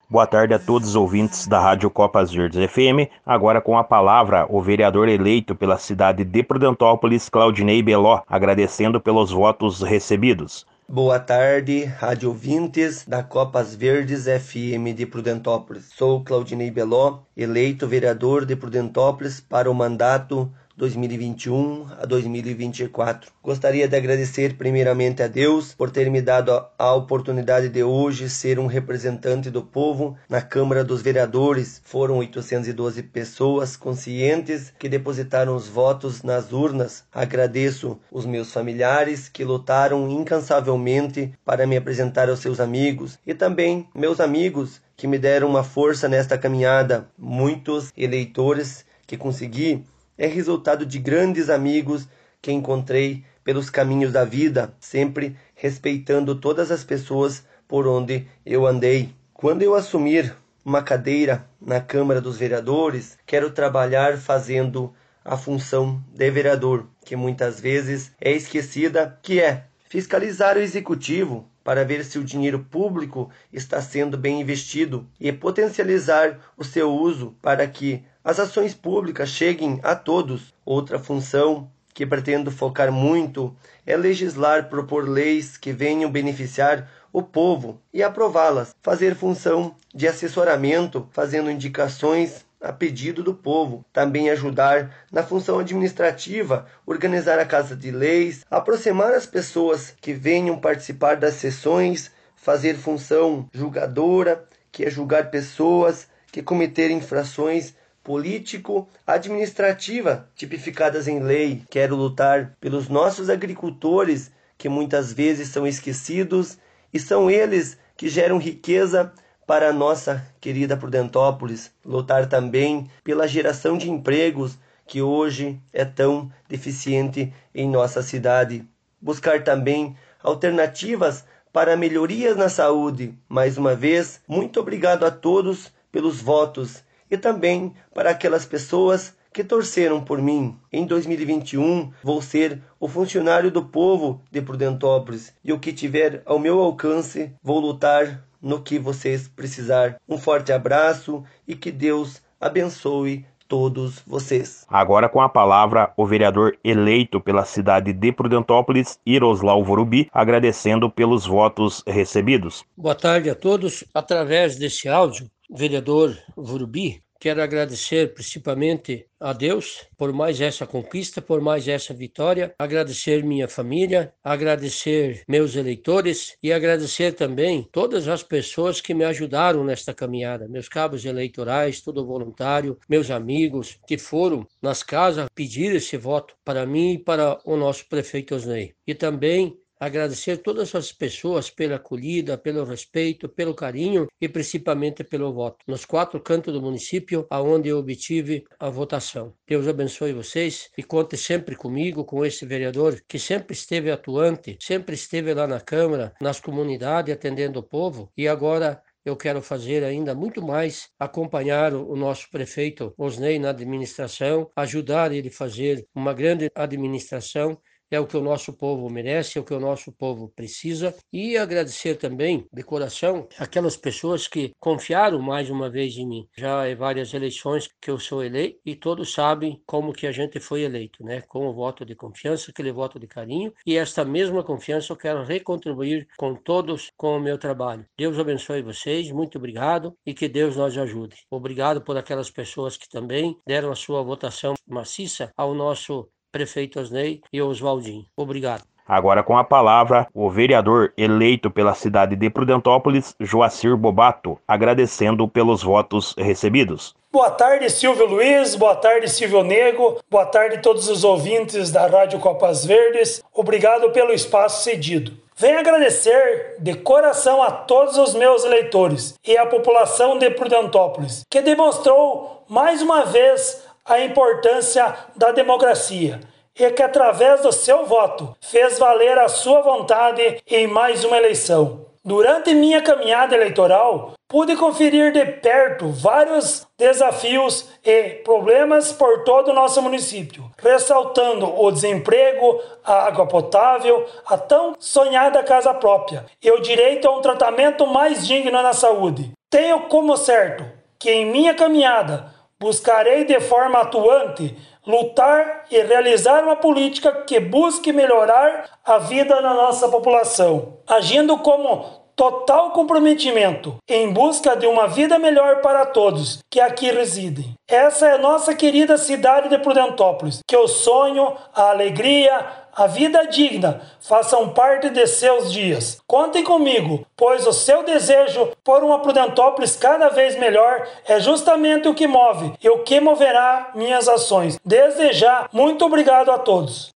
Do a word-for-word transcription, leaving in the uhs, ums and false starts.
Boa tarde a todos os ouvintes da Rádio Copas Verdes F M. Agora com a palavra o vereador eleito pela cidade de Prudentópolis, Claudinei Beló, agradecendo pelos votos recebidos. Boa tarde, rádio ouvintes da Copas Verdes F M de Prudentópolis. Sou Claudinei Beló, eleito vereador de Prudentópolis para o mandato dois mil e vinte e um a dois mil e vinte e quatro. Gostaria de agradecer primeiramente a Deus por ter me dado a oportunidade de hoje ser um representante do povo na Câmara dos Vereadores. Foram oitocentas e doze pessoas conscientes que depositaram os votos nas urnas. Agradeço os meus familiares que lutaram incansavelmente para me apresentar aos seus amigos e também meus amigos que me deram uma força nesta caminhada. Muitos eleitores que consegui é resultado de grandes amigos que encontrei pelos caminhos da vida, sempre respeitando todas as pessoas por onde eu andei. Quando eu assumir uma cadeira na Câmara dos Vereadores, quero trabalhar fazendo a função de vereador, que muitas vezes é esquecida, que é fiscalizar o executivo para ver se o dinheiro público está sendo bem investido e potencializar o seu uso para que as ações públicas cheguem a todos. Outra função que pretendo focar muito é legislar, propor leis que venham beneficiar o povo e aprová-las. Fazer função de assessoramento, fazendo indicações a pedido do povo. Também ajudar na função administrativa, organizar a Casa de Leis, aproximar as pessoas que venham participar das sessões, fazer função julgadora, que é julgar pessoas que cometerem infrações político-administrativa tipificadas em lei. Quero lutar pelos nossos agricultores, que muitas vezes são esquecidos, e são eles que geram riqueza para a nossa querida Prudentópolis. Lutar também pela geração de empregos, que hoje é tão deficiente em nossa cidade. Buscar também alternativas para melhorias na saúde. Mais uma vez, muito obrigado a todos pelos votos e também para aquelas pessoas que torceram por mim. Em dois mil e vinte e um, vou ser o funcionário do povo de Prudentópolis e o que tiver ao meu alcance, vou lutar no que vocês precisar. Um forte abraço e que Deus abençoe todos vocês. Agora com a palavra o vereador eleito pela cidade de Prudentópolis, Iroslau Vorubi, agradecendo pelos votos recebidos. Boa tarde a todos. Através desse áudio, vereador Vorubi, quero agradecer principalmente a Deus por mais essa conquista, por mais essa vitória, agradecer minha família, agradecer meus eleitores e agradecer também todas as pessoas que me ajudaram nesta caminhada, meus cabos eleitorais, tudo voluntário, meus amigos que foram nas casas pedir esse voto para mim e para o nosso prefeito Osnei. E também agradecer todas as pessoas pela acolhida, pelo respeito, pelo carinho e principalmente pelo voto, nos quatro cantos do município, aonde eu obtive a votação. Deus abençoe vocês e conte sempre comigo, com esse vereador que sempre esteve atuante, sempre esteve lá na Câmara, nas comunidades, atendendo o povo, e agora eu quero fazer ainda muito mais, acompanhar o nosso prefeito Osnei na administração, ajudar ele a fazer uma grande administração. É o que o nosso povo merece, é o que o nosso povo precisa. E agradecer também, de coração, aquelas pessoas que confiaram mais uma vez em mim. Já é várias eleições que eu sou eleito e todos sabem como que a gente foi eleito, né? Com o voto de confiança, aquele voto de carinho. E esta mesma confiança eu quero recontribuir com todos com o meu trabalho. Deus abençoe vocês, muito obrigado e que Deus nos ajude. Obrigado por aquelas pessoas que também deram a sua votação maciça ao nosso prefeito Osnei e Oswaldinho. Obrigado. Agora com a palavra o vereador eleito pela cidade de Prudentópolis, Joacir Bobato, agradecendo pelos votos recebidos. Boa tarde, Silvio Luiz, boa tarde, Silvio Nego, boa tarde a todos os ouvintes da Rádio Copas Verdes. Obrigado pelo espaço cedido. Venho agradecer de coração a todos os meus eleitores e a população de Prudentópolis, que demonstrou mais uma vez a importância da democracia e que através do seu voto fez valer a sua vontade em mais uma eleição. Durante minha caminhada eleitoral, pude conferir de perto vários desafios e problemas por todo o nosso município, ressaltando o desemprego, a água potável, a tão sonhada casa própria e o direito a um tratamento mais digno na saúde. Tenho como certo que em minha caminhada buscarei de forma atuante lutar e realizar uma política que busque melhorar a vida da nossa população, agindo como total comprometimento em busca de uma vida melhor para todos que aqui residem. Essa é nossa querida cidade de Prudentópolis, que o sonho, a alegria, a vida digna façam parte de seus dias. Contem comigo, pois o seu desejo por uma Prudentópolis cada vez melhor é justamente o que move e o que moverá minhas ações. Desde já, muito obrigado a todos.